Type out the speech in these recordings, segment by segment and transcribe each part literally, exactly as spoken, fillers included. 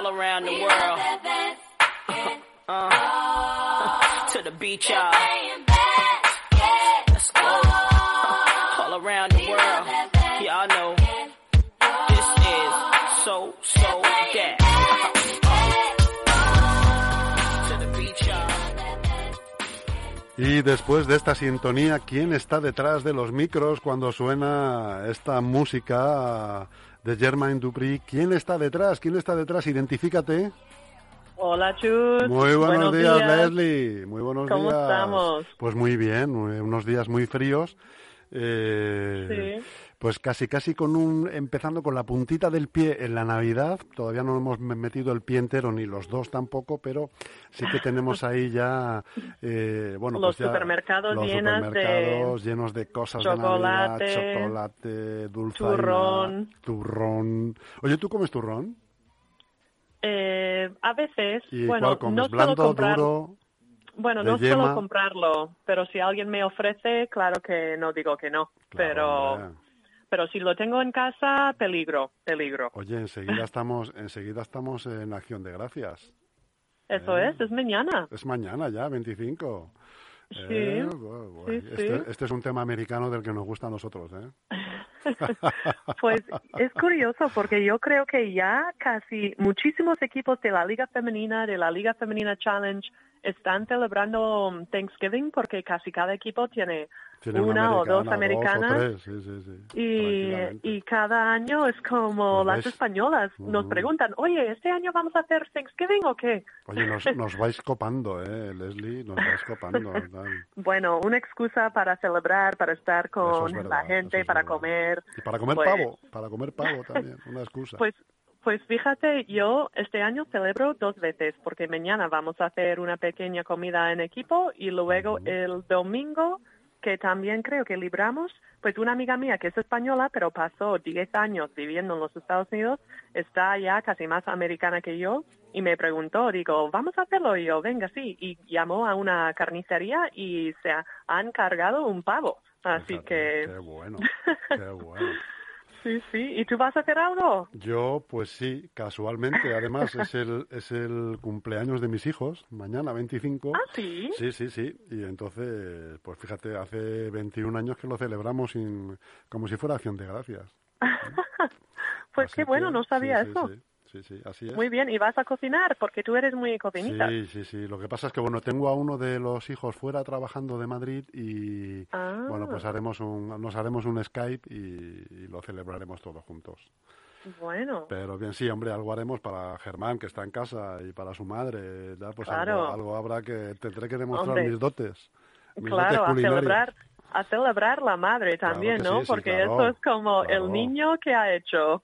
around the world. Uh, to the beach, y'all. Let's go. All around the world. Y'all know this is so, so that. To the beach, y'all. Y después de esta sintonía, ¿quién está detrás de los micros cuando suena esta música de Jermaine Dupri? ¿Quién está detrás? ¿Quién está detrás? Identifícate. Hola, Chus. Muy buenos, buenos días, días, Leslie. Muy buenos ¿Cómo días. ¿Cómo estamos? Pues muy bien, unos días muy fríos. Eh, sí. Pues casi, casi con un, empezando con la puntita del pie en la Navidad. Todavía no hemos metido el pie entero, ni los dos tampoco, pero sí que tenemos ahí ya, eh, bueno, los pues ya supermercados, los llenas supermercados de llenos de cosas chocolate, de Navidad, chocolate, dulzaina, turrón. turrón. Oye, ¿tú comes turrón? Eh, a veces, ¿Y bueno, cuál comes? no ¿Blando, suelo comprar, duro? Bueno, de no yema? suelo comprarlo, pero si alguien me ofrece, claro que no digo que no, claro, pero hombre. pero si lo tengo en casa, peligro, peligro. Oye, enseguida estamos, enseguida estamos en Acción de Gracias. Eso ¿Eh? es, es mañana. Es mañana ya, veinticinco. Sí, eh, bueno, bueno. sí, Este, sí. este es un tema americano del que nos gusta a nosotros, ¿eh? Pues es curioso porque yo creo que ya casi muchísimos equipos de la Liga Femenina, de la Liga Femenina Challenge, están celebrando Thanksgiving porque casi cada equipo tiene, tiene una, una o dos americanas. Dos o tres, sí, sí, sí, y, y cada año es como las vais... españolas uh-huh. nos preguntan, oye, ¿este año vamos a hacer Thanksgiving o qué? Oye, nos, nos vais copando, ¿eh, Leslie? Nos vais copando. Tal. Bueno, una excusa para celebrar, para estar con verdad, la gente, para verdad. comer. Y para comer pues, pavo, para comer pavo también, una excusa. Pues Pues fíjate, yo este año celebro dos veces, porque mañana vamos a hacer una pequeña comida en equipo y luego uh-huh. el domingo, que también creo que libramos, pues una amiga mía que es española, pero pasó diez años viviendo en los Estados Unidos, está ya casi más americana que yo, y me preguntó, digo, ¿vamos a hacerlo? Y yo, venga, sí, y llamó a una carnicería y se ha, han cargado un pavo, así Fíjate, que... Qué bueno, qué bueno. Sí, sí. ¿Y tú vas a hacer algo? Yo, pues sí, casualmente. Además, es el es el cumpleaños de mis hijos, mañana, veinticinco. ¿Ah, sí? Sí, sí, sí. Y entonces, pues fíjate, hace veintiún años que lo celebramos sin, como si fuera Acción de Gracias. Pues así qué bueno, que, no sabía sí, eso. Sí, sí. Sí, sí, así es. Muy bien, ¿y vas a cocinar? Porque tú eres muy cocinita. Sí, sí, sí. Lo que pasa es que, bueno, tengo a uno de los hijos fuera trabajando de Madrid y, ah. bueno, pues haremos un, nos haremos un Skype y, y lo celebraremos todos juntos. Bueno. Pero bien, sí, hombre, algo haremos para Germán, que está en casa, y para su madre. Ya, pues claro. algo, algo habrá que, tendré que demostrar hombre. mis dotes. Mis claro, dotes a celebrar. A celebrar la madre también, claro ¿no? sí, Porque sí, claro, eso es como claro. el niño que ha hecho.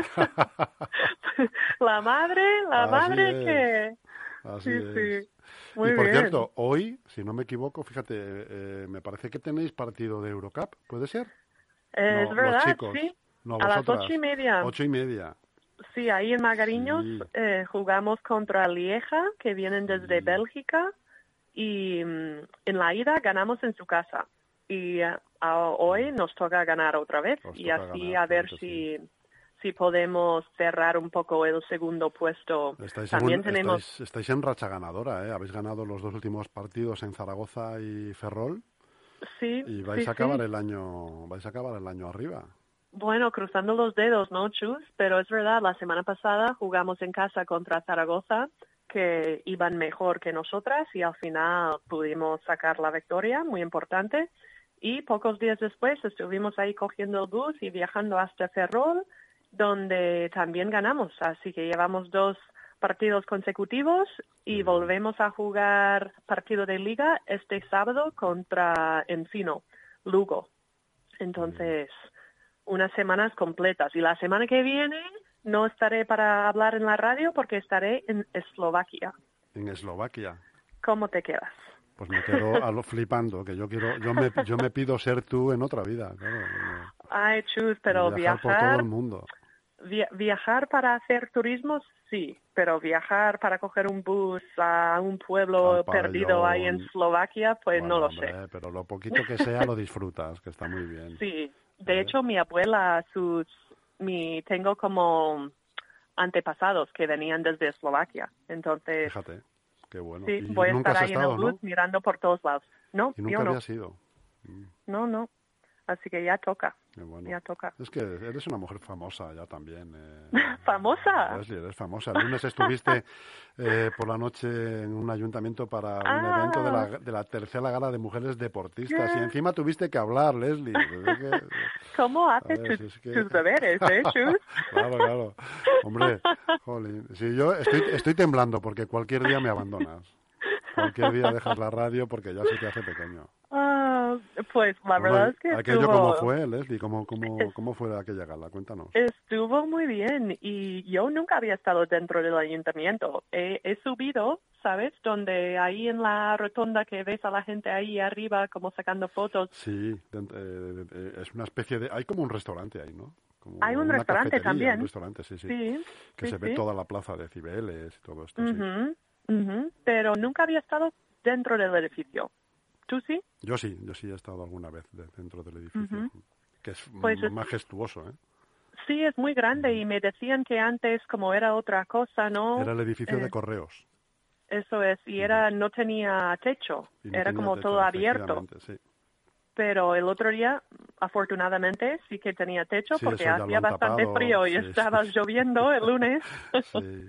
la madre, la Así madre es. que... Así sí, es. sí. Muy y por bien. cierto, hoy, si no me equivoco, fíjate, eh, me parece que tenéis partido de Eurocup, ¿puede ser? Es no, verdad, los chicos. sí. No, a vosotras. las ocho y media. Ocho y media. Sí, ahí en Magariños sí. eh, jugamos contra Lieja, que vienen desde sí. Bélgica, y um, en la ida ganamos en su casa. Y uh, a, hoy nos toca ganar otra vez, Os y así ganar, a ver claro si, sí. si podemos cerrar un poco el segundo puesto. Estáis También en, tenemos... estáis, estáis en racha ganadora, ¿eh? Habéis ganado los dos últimos partidos en Zaragoza y Ferrol. Sí, y vais sí, a acabar sí. el año, vais a acabar el año arriba. Bueno, cruzando los dedos, ¿no, Chus? Pero es verdad, la semana pasada jugamos en casa contra Zaragoza, que iban mejor que nosotras, y al final pudimos sacar la victoria, muy importante. Y pocos días después estuvimos ahí cogiendo el bus y viajando hasta Ferrol, donde también ganamos. Así que llevamos dos partidos consecutivos y Bien. volvemos a jugar partido de liga este sábado contra Encino, Lugo. Entonces... Bien. Unas semanas completas. Y la semana que viene no estaré para hablar en la radio porque estaré en Eslovaquia. ¿En Eslovaquia? ¿Cómo te quedas? Pues me quedo a lo flipando, que yo quiero, yo me, yo me pido ser tú en otra vida. Claro, Ay, Chus, pero viajar, viajar... por todo el mundo. Via- viajar para hacer turismo, sí, pero viajar para coger un bus a un pueblo perdido ahí en Eslovaquia, pues bueno, no lo hombre, sé. Pero lo poquito que sea lo disfrutas, que está muy bien. Sí. De hecho, mi abuela, sus, mi, tengo como antepasados que venían desde Eslovaquia. Entonces, fíjate, qué bueno. Sí, y voy a nunca estar has ahí estado, en el bus ¿no? mirando por todos lados. No, Y nunca yo no. habías ido. Mm, No, no. Así que ya toca. qué bueno. Ya toca. Es que eres una mujer famosa ya también. Eh, ¿Famosa? Leslie, eres famosa. El lunes estuviste eh, por la noche en un ayuntamiento para un Ah. evento de la, de la tercera gala de mujeres deportistas ¿Qué? y encima tuviste que hablar, Leslie. Pues es que- ¿Cómo A haces ver, tus, si es que- tus deberes, eh, Chus? Claro, claro. Hombre, jolín. Si yo estoy, estoy temblando porque cualquier día me abandonas. Cualquier día dejas la radio porque ya se te hace pequeño. Ah, pues la Bueno, verdad es que ¿aquello estuvo, cómo fue, Leslie? ¿Cómo, cómo, ¿Cómo fue aquella gala? Cuéntanos. estuvo muy bien y yo nunca había estado dentro del ayuntamiento. He, he subido, ¿sabes? Donde ahí en la rotonda que ves a la gente ahí arriba como sacando fotos. Sí, dent- eh, eh, es una especie de... Hay como un restaurante ahí, ¿no? Como Hay un una restaurante cafetería, también. Un restaurante, sí, sí. Sí, que sí, se ve sí. toda la plaza de Cibeles y todo esto, sí. Ujú, ujú, pero nunca había estado dentro del edificio. ¿Tú sí? Yo sí, yo sí he estado alguna vez de- dentro del edificio, Ujú. que es Pues m- es- majestuoso, ¿eh? Sí, es muy grande y me decían que antes como era otra cosa, ¿no? Era el edificio Eh, de correos. Eso es, y era no tenía techo, Y no era tenía como techo, todo abierto. efectivamente, sí. Pero el otro día, afortunadamente, sí que tenía techo Sí, porque eso ya lo hacía han bastante tapado, frío y sí, estaba sí. lloviendo el lunes. Sí.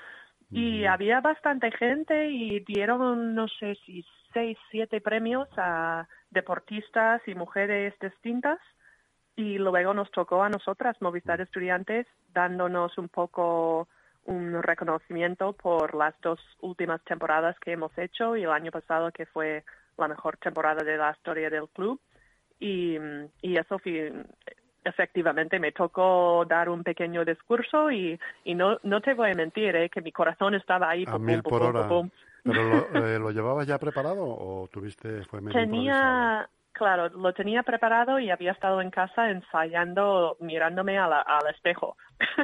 Y Mm. había bastante gente y dieron, no sé si seis, siete premios a deportistas y mujeres distintas. Y luego nos tocó a nosotras, Movistar Estudiantes, dándonos un poco un reconocimiento por las dos últimas temporadas que hemos hecho y el año pasado que fue la mejor temporada de la historia del club. Y, y eso fue, efectivamente me tocó dar un pequeño discurso y, y no, no te voy a mentir, ¿eh? Que mi corazón estaba ahí. A pum, mil pum, por pum, hora. pum, pum. ¿Pero lo, eh, lo llevabas ya preparado o tuviste, fue medio improvisado? Tenía, claro, lo tenía preparado y había estado en casa ensayando, mirándome a la- al espejo.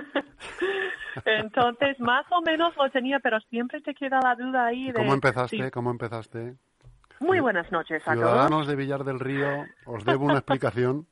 Entonces, más o menos lo tenía, pero siempre te queda la duda ahí ¿Y de... cómo empezaste? sí. ¿Cómo empezaste? Muy buenas noches a todos. Ciudadanos de Villar del Río, os debo una explicación.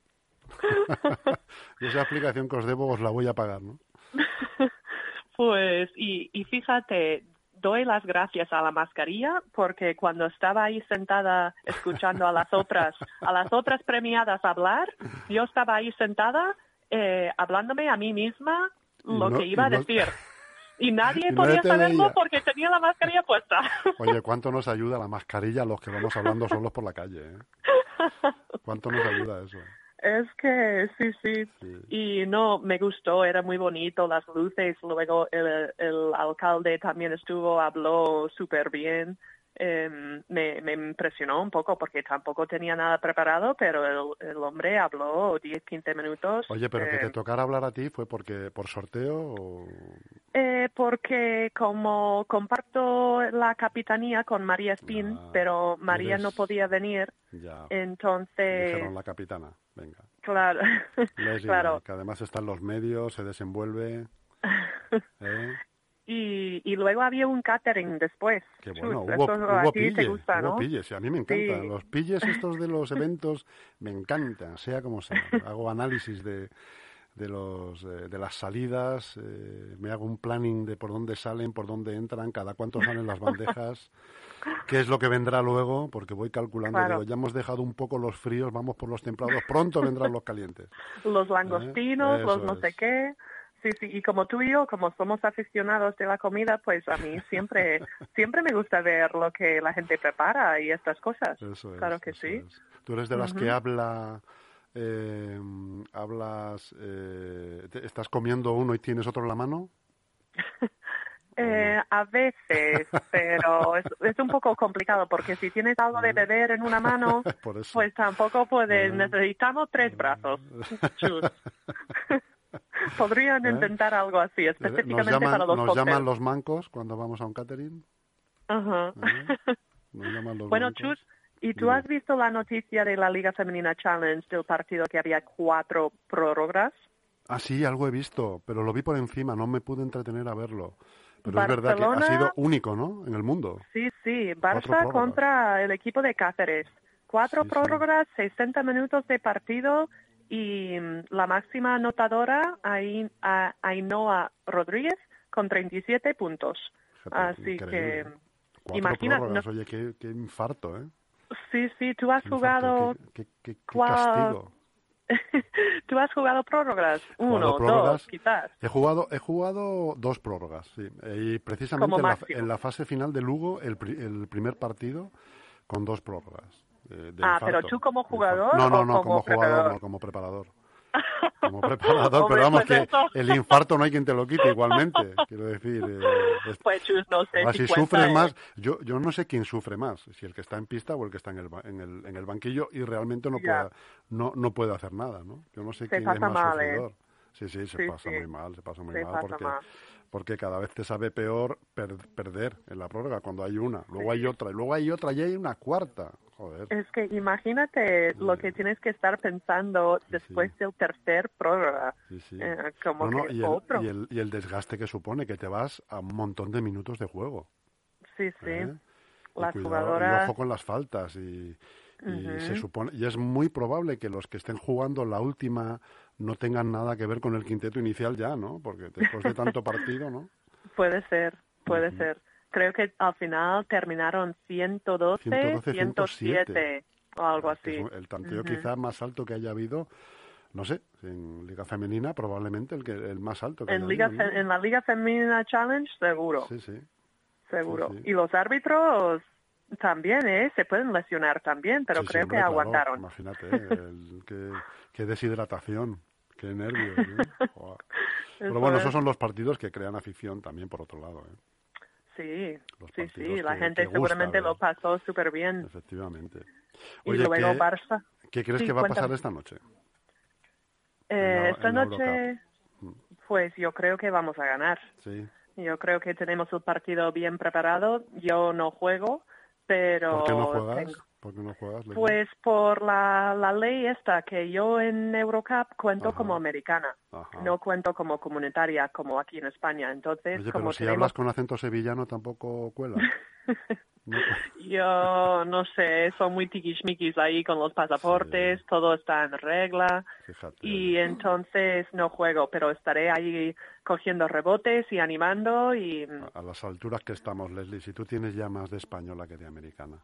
Y esa explicación que os debo os la voy a pagar, ¿no? Pues, y, y fíjate, doy las gracias a la mascarilla porque cuando estaba ahí sentada escuchando a las otras, a las otras premiadas hablar, yo estaba ahí sentada eh, hablándome a mí misma Y lo no- que iba y a no- decir. Y nadie y nadie podía te saberlo veía. porque tenía la mascarilla puesta. Oye, ¿cuánto nos ayuda la mascarilla a los que vamos hablando solos por la calle? ¿Eh? ¿Cuánto nos ayuda eso? Es que sí, sí, Sí. y no, me gustó, era muy bonito, las luces, luego el, el alcalde también estuvo, habló súper bien, eh, me, me impresionó un poco porque tampoco tenía nada preparado, pero el, el hombre habló diez, quince minutos. Oye, pero que eh, te tocara hablar a ti, ¿fue porque por sorteo o...? eh, porque como comparto la capitanía con María Espín, Ah, pero María eres- no podía venir, Ya, entonces, dijeron la capitana, venga. claro, Leslie, claro. que además está en los medios, se desenvuelve. ¿eh? Y, y luego había un catering después. Qué Chus, bueno, eso hubo, a hubo ti pille, te gusta, hubo ¿no? pille, sí, a mí me encantan. Sí. Los pilles estos de los eventos me encantan, sea como sea. Hago análisis de, de, los, eh, de las salidas, eh, me hago un planning de por dónde salen, por dónde entran, cada cuánto salen las bandejas, qué es lo que vendrá luego, porque voy calculando, Claro. digo, ya hemos dejado un poco los fríos, vamos por los templados, pronto vendrán los calientes. Los langostinos, ¿Eh? los Eso no sé es. qué. Sí, sí, y como tú y yo, como somos aficionados de la comida, pues a mí siempre siempre me gusta ver lo que la gente prepara y estas cosas. Eso es, Claro que eso sí. es. Tú eres de las que Ujú. habla, eh, hablas, eh, te- estás comiendo uno y tienes otro en la mano. Eh, a veces, pero es, es un poco complicado porque si tienes algo de beber en una mano, Por eso. pues tampoco puedes. Ah. Necesitamos tres brazos. Chus. Podrían ¿Eh? intentar algo así, Nos específicamente llaman, para los nos cócteles. llaman los mancos cuando vamos a un catering. Ajá. ¿Eh? Nos llaman los Bueno, mancos. Chus, ¿y tú Dime. has visto la noticia de la Liga Femenina Challenge del partido que había cuatro prórrogas? Ah, sí, algo he visto, pero lo vi por encima, no me pude entretener a verlo. Pero es verdad que Barcelona- ha sido único, ¿no? En el mundo. Sí, sí, Cuatro Barça prórrogas. contra el equipo de Cáceres. Cuatro Sí, sí. prórrogas, sesenta minutos de partido y mm, la máxima anotadora, Ain- a- Ainhoa Rodríguez, con treinta y siete puntos. Fíjate, Así increíble. que, Cuatro imagina, prórrogas, no- oye, qué, qué infarto, ¿eh? sí, sí, tú has Qué infarto, jugado, qué, qué, qué- qué cua- castigo. tú has jugado prórrogas, He jugado uno, prórrogas. dos, quizás, He jugado, he jugado dos prórrogas, sí. Y precisamente como en la, máximo. en la fase final de Lugo, el, pri- el primer partido, con dos prórrogas. eh, de Ah, infarto, pero tú como de infarto. jugador No, no, o no, como como jugador, preparador. no, como preparador. Como preparador, Hombre, pero vamos, pues que eso. el infarto no hay quien te lo quite igualmente. Quiero decir, eh, es- Pues Chus, no sé ahora, si si cuenta, sufres ¿eh? más, yo, yo no sé quién sufre más, si el que está en pista o el que está en el, ba- en el, en el banquillo y realmente no Ya. puede, no, no puede hacer nada, ¿no? Yo no sé Se quién es pasa más mal, ¿eh? sufridor. Sí, sí, se Sí, pasa sí. muy mal, se pasa muy Se mal pasa porque, mal. porque cada vez te sabe peor per- perder en la prórroga cuando hay una, luego hay otra, y luego hay otra y hay una cuarta. Joder. Es que imagínate lo que tienes que estar pensando después del tercer prórroga. Sí, sí. Eh, como No, no, que y, otro. el, y, el, y el desgaste que supone, que te vas a un montón de minutos de juego. Sí, sí. ¿eh? Y Las cuidado, jugadoras... y ojo con las faltas. Y, y Ujú. se supone, y es muy probable que los que estén jugando la última no tengan nada que ver con el quinteto inicial ya, ¿no? Porque después de tanto partido, ¿no? Puede ser, puede Ujú. ser. Creo que al final terminaron ciento doce, ciento doce, ciento siete ciento siete. o algo Que es así. un- el tanteo Ujú. quizá más alto que haya habido, no sé, en Liga Femenina probablemente el que el más alto que En, haya Liga habido, ¿no? Fe- en la Liga Femenina Challenge, seguro, Sí, sí. seguro. sí, sí. Y los árbitros también, ¿eh? Se pueden lesionar también, pero Sí, sí, creo hombre, que claro, aguantaron. imagínate, el, qué, qué deshidratación, qué nervios. ¿eh? Joder. Pero Eso bueno, es. esos son los partidos que crean afición también, por otro lado. ¿eh? Sí, Los sí, partidos sí. La que- gente que gusta seguramente ver. lo pasó súper bien. Efectivamente. Y Oye, luego ¿qué, Barça. ¿qué crees Sí, que va a pasar cuéntame. esta noche? Eh, la- esta en la noche, pues yo creo que vamos a ganar. Sí. Yo creo que tenemos el partido bien preparado. Yo no juego, pero ¿Por qué no juegas? tengo- ¿Por qué no juegas? Leslie? Pues por la, la ley esta, que yo en Eurocup cuento Ajá. como americana, Ajá. no cuento como comunitaria, como aquí en España. Entonces, Oye, como pero si tenemos... hablas con acento sevillano tampoco cuela. No. Yo no sé, son muy tiquismiquis ahí con los pasaportes, Sí. todo está en regla. Fíjate. Y entonces no juego, pero estaré ahí cogiendo rebotes y animando y... A, a las alturas que estamos, Leslie, si tú tienes ya más de española que de americana.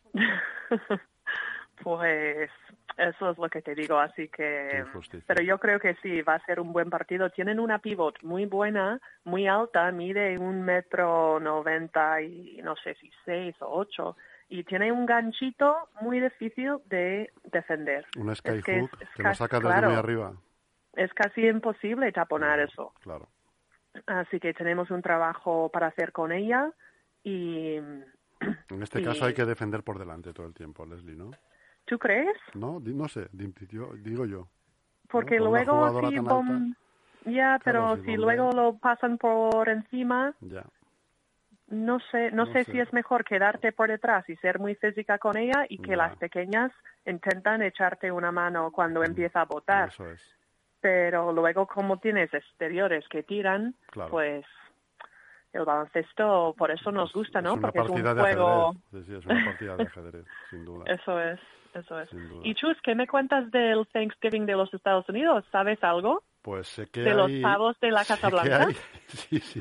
Pues eso es lo que te digo, así Qué que... injusticia. Pero yo creo que sí, va a ser un buen partido. Tienen una pivot muy buena, muy alta, mide un metro noventa y no sé si seis o ocho. Y tiene un ganchito muy difícil de defender. Un Es skyhook que es- es que lo casi- sacas desde claro, muy arriba. Es casi imposible taponar eso. Claro. Así que tenemos un trabajo para hacer con ella y... En este y- caso hay que defender por delante todo el tiempo, Leslie, ¿no? ¿Tú crees? No, Di- no sé, di- yo- digo yo. Porque Con una luego jugadora si tan bom- ya, pero Claro, si si bombea. luego lo pasan por encima, Ya. no sé, no, No sé, sé. si es mejor quedarte por detrás y ser muy física con ella y que Ya. las pequeñas intentan echarte una mano cuando empieza a botar. Eso es. Pero luego como tienes exteriores que tiran, Claro. pues el baloncesto por eso nos gusta, ¿no? Es una Porque es un partida de juego... ajedrez. Sí, sí, es una partida de ajedrez, sin duda. Eso es, eso es. Sin duda. Y Chus, ¿qué me cuentas del Thanksgiving de los Estados Unidos? ¿Sabes algo? Pues sé que ¿De hay... los pavos de la sé Casa que Blanca? hay- Sí, sí.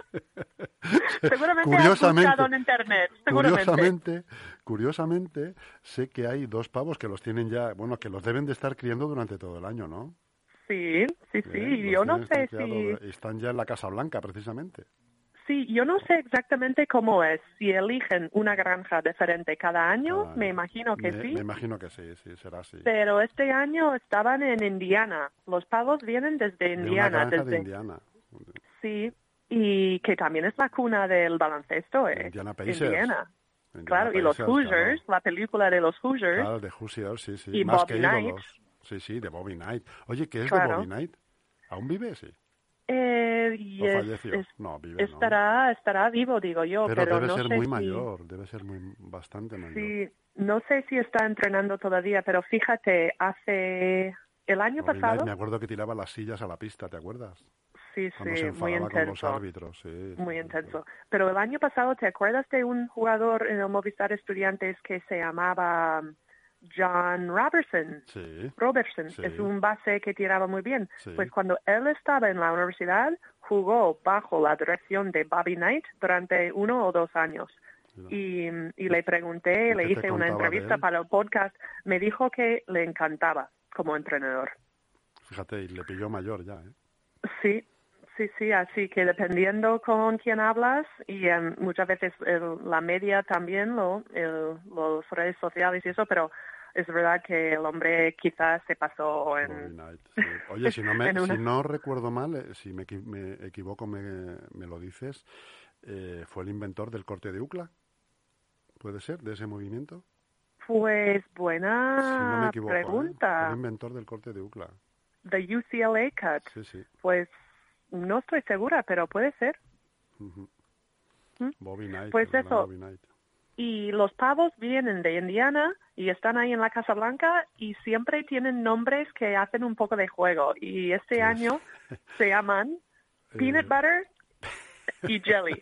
Seguramente has Curiosamente, buscado en internet, seguramente. Curiosamente, curiosamente, sé que hay dos pavos que los tienen ya, bueno, que los deben de estar criando durante todo el año, ¿no? Sí, sí, sí. ¿Eh? Los Yo no tienen sé están si... criados, Están ya en la Casa Blanca, precisamente. Sí, yo no sé exactamente cómo es. Si eligen una granja diferente cada año, Cada me año. imagino que me, sí. Me imagino que sí, sí, será así. Pero este año estaban en Indiana. Los pavos vienen desde De una Indiana. granja desde... de Indiana. Sí, y que también es la cuna del baloncesto, ¿eh? Indiana Pacers. Indiana. Indiana Claro, y los Pacers, Hoosiers, la película de los Hoosiers. Claro, de Hoosiers, sí, sí. Y Más Bobby que Knight. ídolos. Sí, sí, de Bobby Knight. Oye, ¿qué es Claro. de Bobby Knight? ¿Aún vive? Sí. Eh, y ¿O es- falleció? es- No, vive, ¿no? estará, estará vivo, digo yo, Pero, pero, debe no ser sé muy si... mayor, debe ser muy bastante mayor. Sí, no sé si está entrenando todavía, pero fíjate, hace el año Bobby Knight, pasado, me acuerdo que tiraba las sillas a la pista, ¿te acuerdas? sí, Cuando sí, se muy enfadaba con los intenso, árbitros, sí. sí, muy sí, intenso. sí. Pero el año pasado, ¿te acuerdas de un jugador en el Movistar Estudiantes que se llamaba John Robertson. Sí. Robertson Sí. es un base que tiraba muy bien. Sí. Pues cuando él estaba en la universidad, jugó bajo la dirección de Bobby Knight durante uno o dos años. Y, y le pregunté, ¿Y le qué te hice una contaba de entrevista él? para el podcast. Me dijo que le encantaba como entrenador. Fíjate, y le pilló mayor ya, ¿eh? Sí, sí, sí, así que dependiendo con quién hablas y um, muchas veces el- la media también, lo, el, los redes sociales y eso, pero es verdad que el hombre quizás se pasó Bobby en... Knight, sí. Oye, si no, me, en una- si no recuerdo mal, eh, si me, equi- me equivoco me, me lo dices, eh, fue el inventor del corte de Ucla. ¿Puede ser? ¿De ese movimiento? Pues Si no me buena equivoco, ¿eh? Fue el pregunta. inventor del corte de Ucla. The U C L A cut. Sí, sí. Pues no estoy segura, pero puede ser. Ujú. ¿Mm? Bobby Knight. Pues el gran eso. Bobby Knight. Y los pavos vienen de Indiana y están ahí en la Casa Blanca y siempre tienen nombres que hacen un poco de juego. Y este Sí, año se llaman Peanut Eh, Butter y Jelly.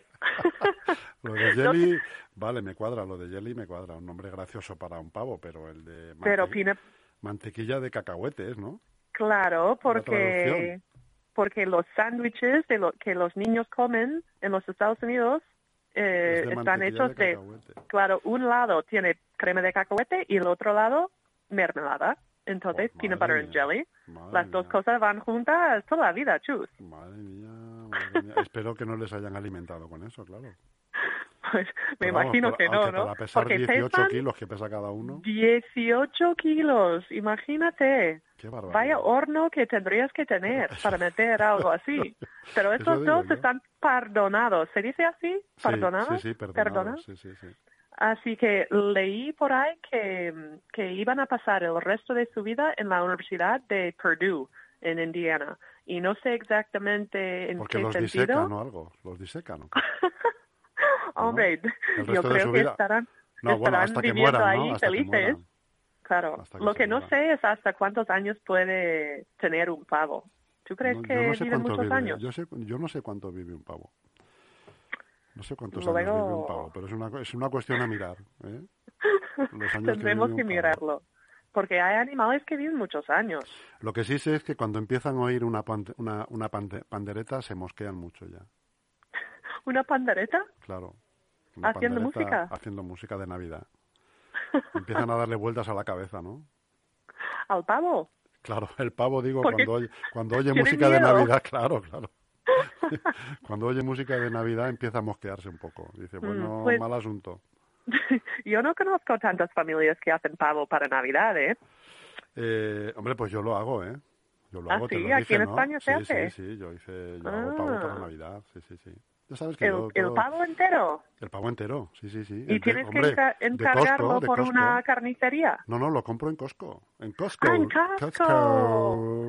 Lo de Jelly, vale, me cuadra, lo de Jelly me cuadra. Un nombre gracioso para un pavo, pero el de mante- Pero peanut, mantequilla de cacahuetes, ¿no? claro, La porque traducción. porque los sándwiches de lo que los niños comen en los Estados Unidos eh, Es de están mantequilla hechos de de, cacahuete. claro, un lado tiene crema de cacahuete y el otro lado mermelada. Entonces, Oh, peanut madre butter and mía, jelly. madre Las dos mía, cosas van juntas toda la vida, chus. Madre mía, madre mía. Espero que no les hayan alimentado con eso, claro. Pues me Pero vamos, imagino por- que no, aunque ¿no? para pesar Porque dieciocho pesan kilos que pesa cada uno, dieciocho kilos, imagínate. qué barbaridad. Vaya horno que tendrías que tener para meter algo así. Pero Eso estos digo dos yo. están perdonados. ¿Se dice así? Sí, ¿Perdonados? sí, sí, perdonado. ¿Perdonados? Sí, sí, sí. Así que leí por ahí que, que iban a pasar el resto de su vida en la Universidad de Purdue, en Indiana. Y no sé exactamente en Porque qué los sentido. disecan o algo, los disecan. ¿O qué? Hombre, El yo resto de creo su que vida. estarán, No, bueno, estarán hasta que viviendo mueran, ahí ¿no? Hasta que felices. mueran. Claro. Hasta que Lo se que no mueran. sé es hasta cuántos años puede tener un pavo. ¿Tú crees No, que yo no sé vive cuánto muchos vive. años? Yo, sé, yo no sé cuánto vive un pavo. No sé cuántos Luego- años vive un pavo, pero es una, es una cuestión a mirar. ¿eh? Los años Tendremos que, que, vive un pavo. mirarlo. Porque hay animales que viven muchos años. Lo que sí sé es que cuando empiezan a oír una, pante- una, una pante- pandereta se mosquean mucho ya. ¿Una pandereta? Claro. Una ¿Haciendo pandereta música? Haciendo música de Navidad. Empiezan a darle vueltas a la cabeza, ¿no? ¿Al pavo? Claro, el pavo, digo, Porque cuando oye, cuando oye tiene música de miedo. Navidad, claro, claro. Cuando oye música de Navidad empieza a mosquearse un poco. Dice, bueno, pues- mal asunto. Yo no conozco tantas familias que hacen pavo para Navidad, ¿eh? Eh, hombre, pues yo lo hago, ¿eh? Yo lo ¿Ah, hago, te sí? lo ¿Aquí dije, en ¿no? España se sí, hace? sí, sí, yo hice, yo hago pavo para Ah. Navidad, sí, sí, sí. Ya sabes que ¿El, yo el todo- pavo entero? el pavo entero, sí, sí, sí. ¿Y El de- tienes hombre, que enca- de encargarlo Costco, de por Costco. una carnicería? No, no, lo compro en Costco. En Costco. ¡Ah, en Costco! Costco.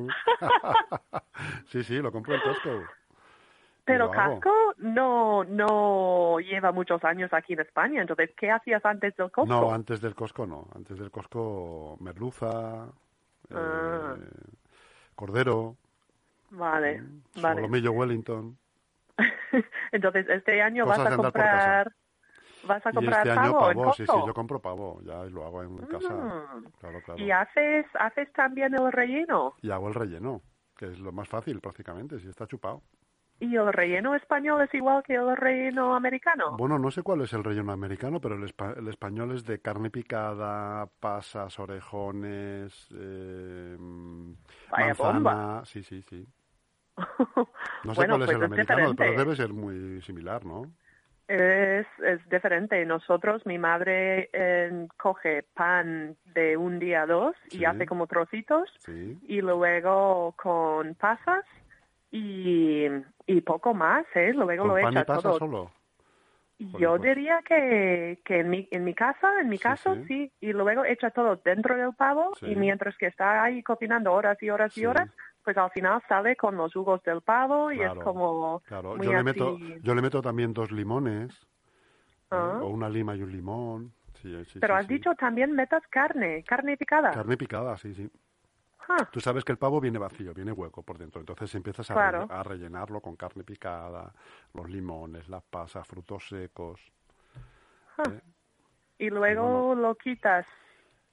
Sí, sí, lo compro en Costco. Pero lo hago. Costco no, no lleva muchos años aquí en España, entonces, ¿qué hacías antes del Costco? No, antes del Costco no. Antes del Costco, merluza, Ah. eh, cordero, Vale, mm, vale. solomillo Wellington. Entonces, este año Cosas vas de a andar por casa. comprar... ¿Vas a Y comprar este año pavo en pavo, sí, Costco? sí, yo compro pavo, ya y lo hago en casa. Mm. Claro, claro. ¿Y haces, haces también el relleno? Y hago el relleno, que es lo más fácil prácticamente, si está chupado. ¿Y el relleno español es igual que el relleno americano? Bueno, no sé cuál es el relleno americano, pero el, espa- el español es de carne picada, pasas, orejones, eh, Vaya manzana. bomba. Sí, sí, sí. No sé Bueno, cuál es pues el es americano, diferente. pero debe ser muy similar, ¿no? Es, es diferente. Nosotros, mi madre eh, coge pan de un día a dos y Sí. hace como trocitos Sí. y luego con pasas y, y poco más, ¿eh? Luego ¿Con lo pan y echa pasa todo. solo? Yo Joder, pues. diría que, que en, mi, en mi casa, en mi Sí, caso, sí. sí. Y luego echa todo dentro del pavo Sí. y mientras que está ahí cocinando horas y horas Sí. y horas, pues al final sale con los jugos del pavo y Claro, es como Claro, muy yo le así. meto, yo le meto también dos limones, ¿eh? Ah. O una lima y un limón. Sí, sí, Pero sí, has sí. dicho también metas carne, carne picada. Carne picada, sí, sí. Ah, Tú sabes que el pavo viene vacío, viene hueco por dentro, entonces empiezas a, Claro. relle- a rellenarlo con carne picada, los limones, las pasas, frutos secos. ah. ¿eh? Y luego lo quitas.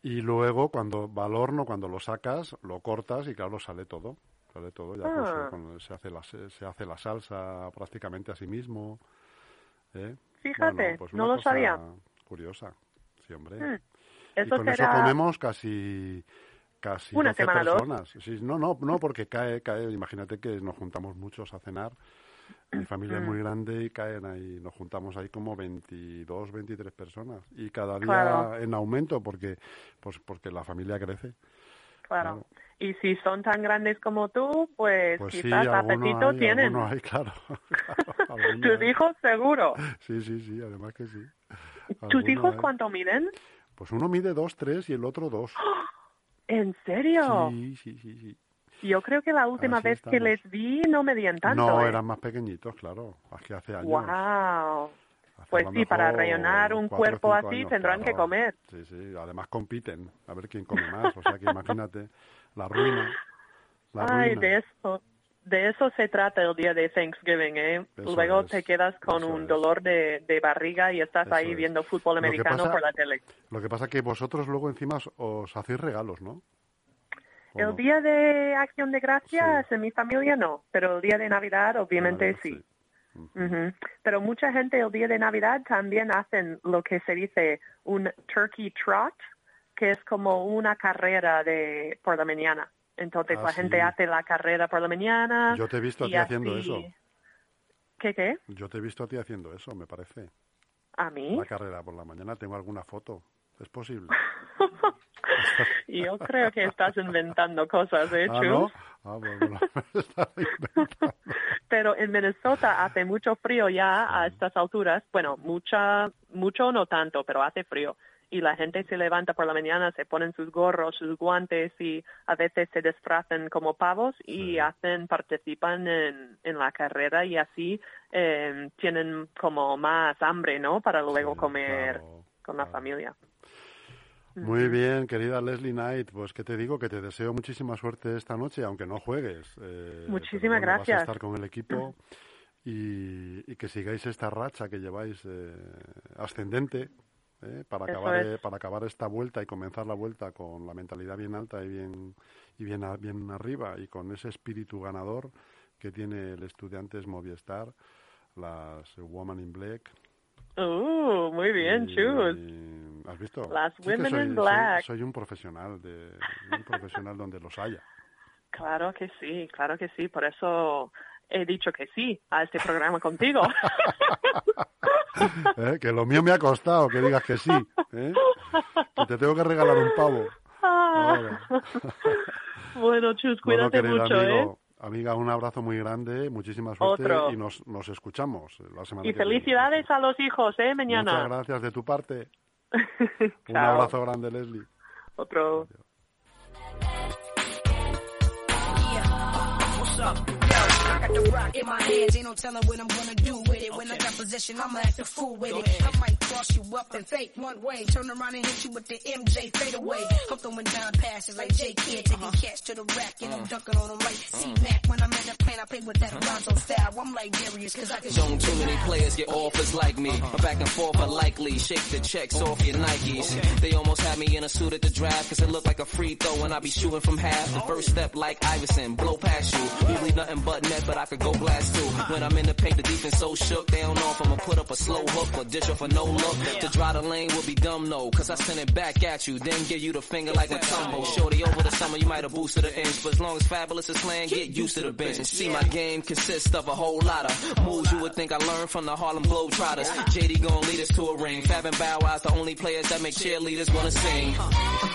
Y luego, cuando va al horno, cuando lo sacas, lo cortas y claro, sale todo. Sale todo, ya Ah. con su- con- se, hace la, se, se hace la salsa prácticamente a sí mismo. ¿eh? Fíjate, Bueno, pues no una lo cosa sabía. Curiosa, sí, hombre. Mm. Y Eso con eso será comemos casi casi una doce semana, dos. personas. Sí, no, no, no, porque cae, cae, imagínate que nos juntamos muchos a cenar. Mi familia es Mm. muy grande y caen ahí, nos juntamos ahí como veintidós, veintitrés personas y cada día Claro. en aumento porque pues porque la familia crece. Claro. Claro. Y si son tan grandes como tú, pues, Pues sí, quizás algunos apetito hay, tienen. algunos hay, claro. Claro, algunos Tus hay. hijos seguro. Sí, sí, sí, además que sí. ¿Tus Algunos hijos hay. cuánto miden? Pues uno mide dos, tres y el otro dos. ¿En serio? Sí, sí, sí, sí. Yo creo que la última Así vez que estamos. les vi no medían tanto. No, ¿eh? eran más pequeñitos, claro. Aquí hace años. Wow. Hace Pues a lo sí, para mejor rellenar un cuatro o cuerpo cinco así años, tendrán que claro. comer. Sí, sí, además compiten, a ver quién come más, o sea que imagínate, la ruina, la Ay, ruina. de eso, de eso se trata el día de Thanksgiving, ¿eh? Eso Luego es, te quedas con eso un es. dolor de, de barriga y estás Eso ahí es. viendo fútbol Lo que americano pasa- por la tele. Lo que pasa que vosotros luego encima os, os hacéis regalos, ¿no? ¿O El no? día de Acción de Gracias Sí. en mi familia no, pero el día de Navidad obviamente Navidad, sí. Ujú. Ujú. Pero mucha gente el día de Navidad también hacen lo que se dice un turkey trot, que es como una carrera de por la mañana. Entonces Ah, la gente sí. hace la carrera por la mañana. Yo te he visto a y ti haciendo así- eso. ¿Qué qué? Yo te he visto a ti haciendo eso, me parece. ¿A mí? La carrera por la mañana, tengo alguna foto. ¿Es posible? Yo creo que estás inventando cosas, ¿eh, Ah, Chus? ¿no? Ah, pues me lo estaba inventando. Pero en Minnesota hace mucho frío ya a estas alturas. Bueno, mucha, mucho no tanto, pero hace frío. Y la gente se levanta por la mañana, se ponen sus gorros, sus guantes y a veces se disfrazan como pavos y Sí. hacen, participan en, en la carrera y así eh, tienen como más hambre, ¿no? Para luego Sí, comer claro, con la claro. familia. Muy bien, querida Leslie Knight, pues que te digo que te deseo muchísima suerte esta noche, aunque no juegues. Eh, Muchísimas pero bueno, gracias. Vas a estar con el equipo y, y que sigáis esta racha que lleváis eh, ascendente eh, para Eso acabar es. eh, para acabar esta vuelta y comenzar la vuelta con la mentalidad bien alta y bien y bien a- bien arriba y con ese espíritu ganador que tiene el Estudiantes Movistar, las Women in Black. Uh, muy bien, Y- Chus. y- ¿Has visto? Las Sí que Women soy, in soy- Black. Soy, un profesional, de un profesional donde los haya. Claro que sí, claro que sí. Por eso he dicho que sí a este programa contigo. ¿Eh? Que lo mío me ha costado, que digas que sí. ¿eh? Que te tengo que regalar un pavo. Ahora. Bueno, Chus, Bueno, cuídate querido mucho, amigo, ¿eh? amiga, un abrazo muy grande, muchísima suerte Otro. y nos, nos escuchamos la semana Y que viene. felicidades a los hijos, ¿eh? Muchas Mañana. gracias de tu parte. Un Chao. abrazo grande, Leslie. Otro. What's up? I got the rock in my hands, ain't no telling what I'm gonna do with it. When I got possession, I'ma act a fool with it. I might cross you up and fake one way, turn around and hit you with the M J fade away. I'm throwing down passes like J Kidd, taking cats to the rack and I'm dunking on them like C-Mac. When I'm in the plane, I play with that Lonzo style. I'm like Darius, cause I can Don't too many players get offers like me. A back and forth are likely. Shake the checks off your Nikes. They almost had me in a suit at the draft cause it looked like a free throw when I be shooting from half. The first step like Iverson, blow past you. Usually nothing but net, but I could go glass too. When I'm in the paint, the defense so shook. They don't know if I'ma put up a slow hook or dish off a no look. To dry the lane would be dumb, no. Cause I send it back at you, then give you the finger like a tumble. Shorty, over the summer you might have boosted an inch. But as long as Fabulous is playing, get used to the bench. And see, my game consists of a whole lot of moves you would think I learned from the Harlem Globetrotters. J D gon' lead us to a ring. Fab and Bow Wow's the only players that make cheerleaders wanna sing.